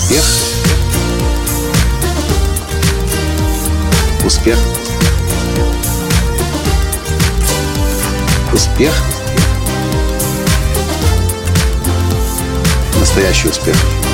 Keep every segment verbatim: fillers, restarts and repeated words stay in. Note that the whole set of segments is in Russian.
Успех. Успех. Успех. Настоящий успех.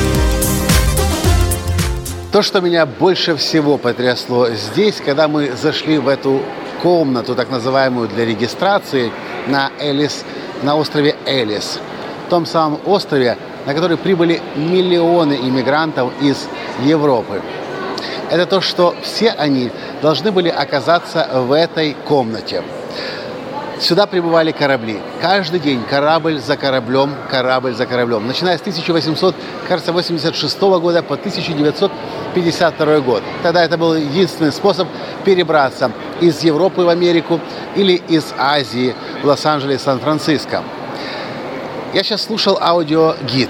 То, что меня больше всего потрясло здесь, когда мы зашли в эту комнату, так называемую для регистрации, на Элис, на острове Элис, том самом острове, на который прибыли миллионы иммигрантов из Европы. Это то, что все они должны были оказаться в этой комнате. Сюда прибывали корабли. Каждый день корабль за кораблем, корабль за кораблем. Начиная с тысяча восемьсот восемьдесят шестого года по тысяча девятьсот пятьдесят второй год. Тогда это был единственный способ перебраться из Европы в Америку или из Азии в Лос-Анджелес, Сан-Франциско. Я сейчас слушал аудиогид.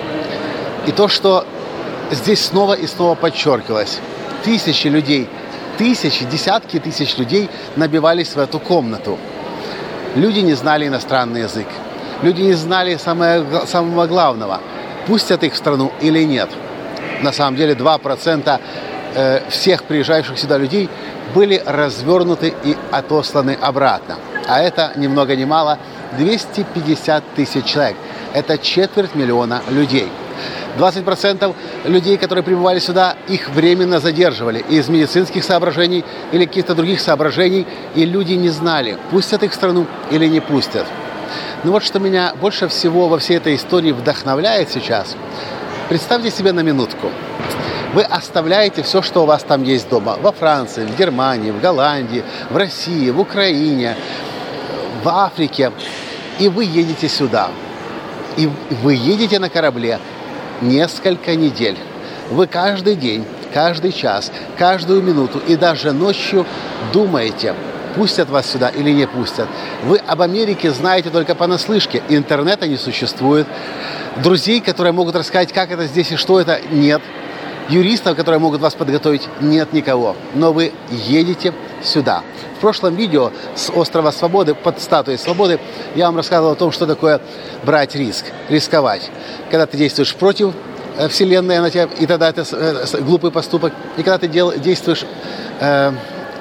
И то, что здесь снова и снова подчеркивалось. Тысячи людей, тысячи, десятки тысяч людей набивались в эту комнату. Люди не знали иностранный язык. Люди не знали самое, самого главного, пустят их в страну или нет. На самом деле два процента э, всех приезжающих сюда людей были развернуты и отосланы обратно. А это ни много ни мало двести пятьдесят тысяч человек. Это четверть миллиона людей. двадцать процентов людей, которые прибывали сюда, их временно задерживали из медицинских соображений или каких-то других соображений, и люди не знали, пустят их в страну или не пустят. Но вот что меня больше всего во всей этой истории вдохновляет сейчас. Представьте себе на минутку. Вы оставляете все, что у вас там есть дома. Во Франции, в Германии, в Голландии, в России, в Украине, в Африке. И вы едете сюда. И вы едете на корабле несколько недель. Вы каждый день, каждый час, каждую минуту и даже ночью думаете, пустят вас сюда или не пустят. Вы об Америке знаете только понаслышке. Интернета не существует. Друзей, которые могут рассказать, как это здесь и что это, нет. Юристов, которые могут вас подготовить, нет никого. Но вы едете сюда. В прошлом видео с острова Свободы, под статуей Свободы, я вам рассказывал о том, что такое брать риск, рисковать. Когда ты действуешь против Вселенной, она тебя, и тогда это глупый поступок. И когда ты дел, действуешь э,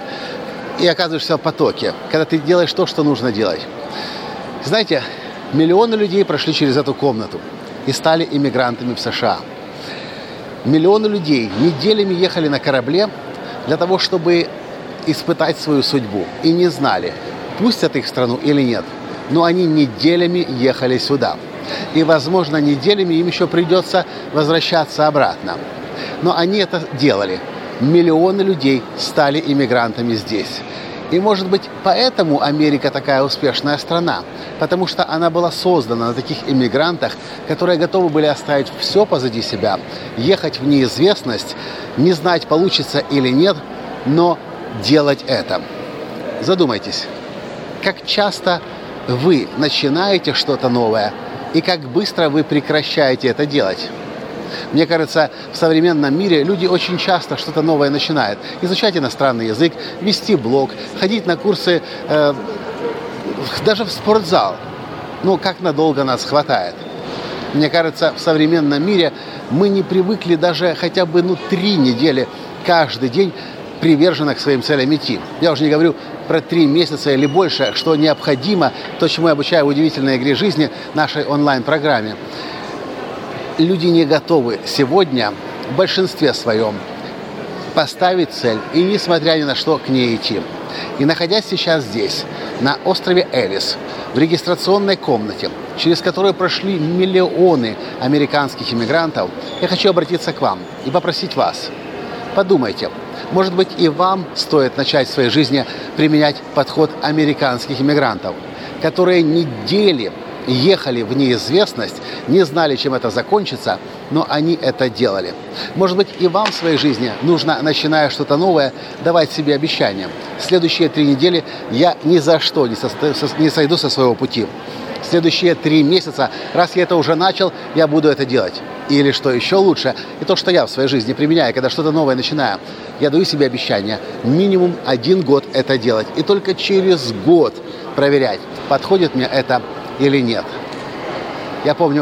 и оказываешься в потоке. Когда ты делаешь то, что нужно делать. Знаете, миллионы людей прошли через эту комнату и стали иммигрантами в США. Миллионы людей неделями ехали на корабле для того, чтобы испытать свою судьбу. И не знали, пустят их в страну или нет. Но они неделями ехали сюда. И, возможно, неделями им еще придется возвращаться обратно. Но они это делали. Миллионы людей стали иммигрантами здесь. И, может быть, поэтому Америка такая успешная страна. Потому что она была создана на таких иммигрантах, которые готовы были оставить все позади себя, ехать в неизвестность, не знать, получится или нет, но делать это. Задумайтесь, как часто вы начинаете что-то новое и как быстро вы прекращаете это делать. Мне кажется, в современном мире люди очень часто что-то новое начинают. Изучать иностранный язык, вести блог, ходить на курсы, э, даже в спортзал. Ну, как надолго нас хватает. Мне кажется, в современном мире мы не привыкли даже хотя бы ну, три недели каждый день приверженно к своим целям идти. Я уже не говорю про три месяца или больше, что необходимо, то, чему я обучаю в удивительной игре жизни, нашей онлайн-программе. Люди не готовы сегодня в большинстве своем поставить цель и, несмотря ни на что, к ней идти. И находясь сейчас здесь, на острове Элис, в регистрационной комнате, через которую прошли миллионы американских иммигрантов, я хочу обратиться к вам и попросить вас. Подумайте, может быть, и вам стоит начать в своей жизни применять подход американских иммигрантов, которые недели ехали в неизвестность, не знали, чем это закончится, но они это делали. Может быть, и вам в своей жизни нужно, начиная что-то новое, давать себе обещания. Следующие три недели я ни за что не, со, не сойду со своего пути. Следующие три месяца, раз я это уже начал, я буду это делать. Или, что еще лучше, и то, что я в своей жизни применяю, когда что-то новое начинаю, я даю себе обещание минимум один год это делать. И только через год проверять, подходит мне это или нет. Я помню,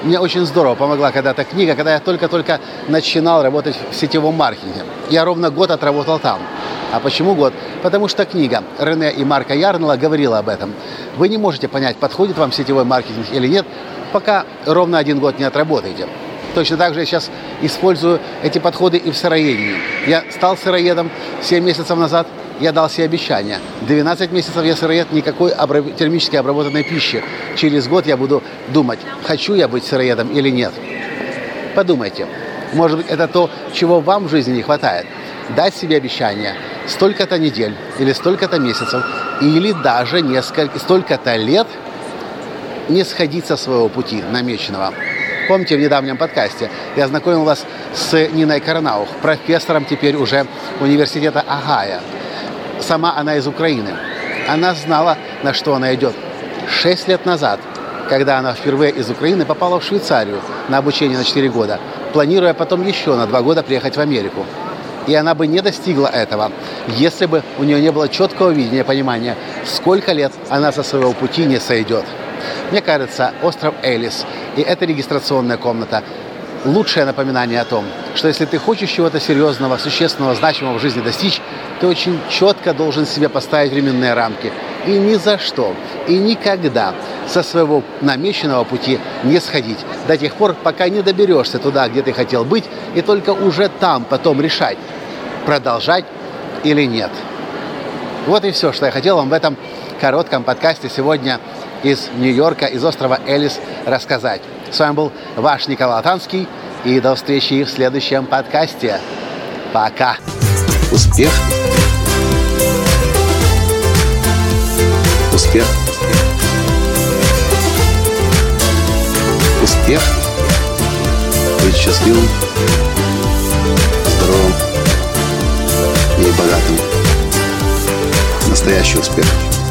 Мне очень здорово помогла когда-то книга, когда я только-только начинал работать в сетевом маркетинге. Я ровно год отработал там. А почему год? Потому что книга Рене и Марка Ярнелла говорила об этом. Вы не можете понять, подходит вам сетевой маркетинг или нет, пока ровно один год не отработаете. Точно так же я сейчас использую эти подходы и в сыроедении. Я стал сыроедом семь месяцев назад, я дал себе обещание. двенадцать месяцев я сыроед, никакой обраб... термически обработанной пищи. Через год я буду думать, хочу я быть сыроедом или нет. Подумайте, может быть, это то, чего вам в жизни не хватает. Дать себе обещание столько-то недель или столько-то месяцев, или даже несколько, столько-то лет не сходить со своего пути намеченного. Помните, в недавнем подкасте я знакомил вас с Ниной Карнаух, профессором теперь уже университета Огайо. Сама она из Украины. Она знала, на что она идет. Шесть лет назад, когда она впервые из Украины попала в Швейцарию на обучение на четыре года, планируя потом еще на два года приехать в Америку. И она бы не достигла этого, если бы у нее не было четкого видения, понимания, сколько лет она со своего пути не сойдет. Мне кажется, остров Элис и эта регистрационная комната – лучшее напоминание о том, что если ты хочешь чего-то серьезного, существенного, значимого в жизни достичь, ты очень четко должен себе поставить временные рамки. И ни за что, и никогда со своего намеченного пути не сходить. До тех пор, пока не доберешься туда, где ты хотел быть, и только уже там потом решать, продолжать или нет. Вот и все, что я хотел вам в этом коротком подкасте сегодня из Нью-Йорка, из острова Элис рассказать. С вами был ваш Николай Латанский, и до встречи в следующем подкасте. Пока! Успех! Успех! Успех! Быть счастливым, здоровым и богатым. Настоящий успех!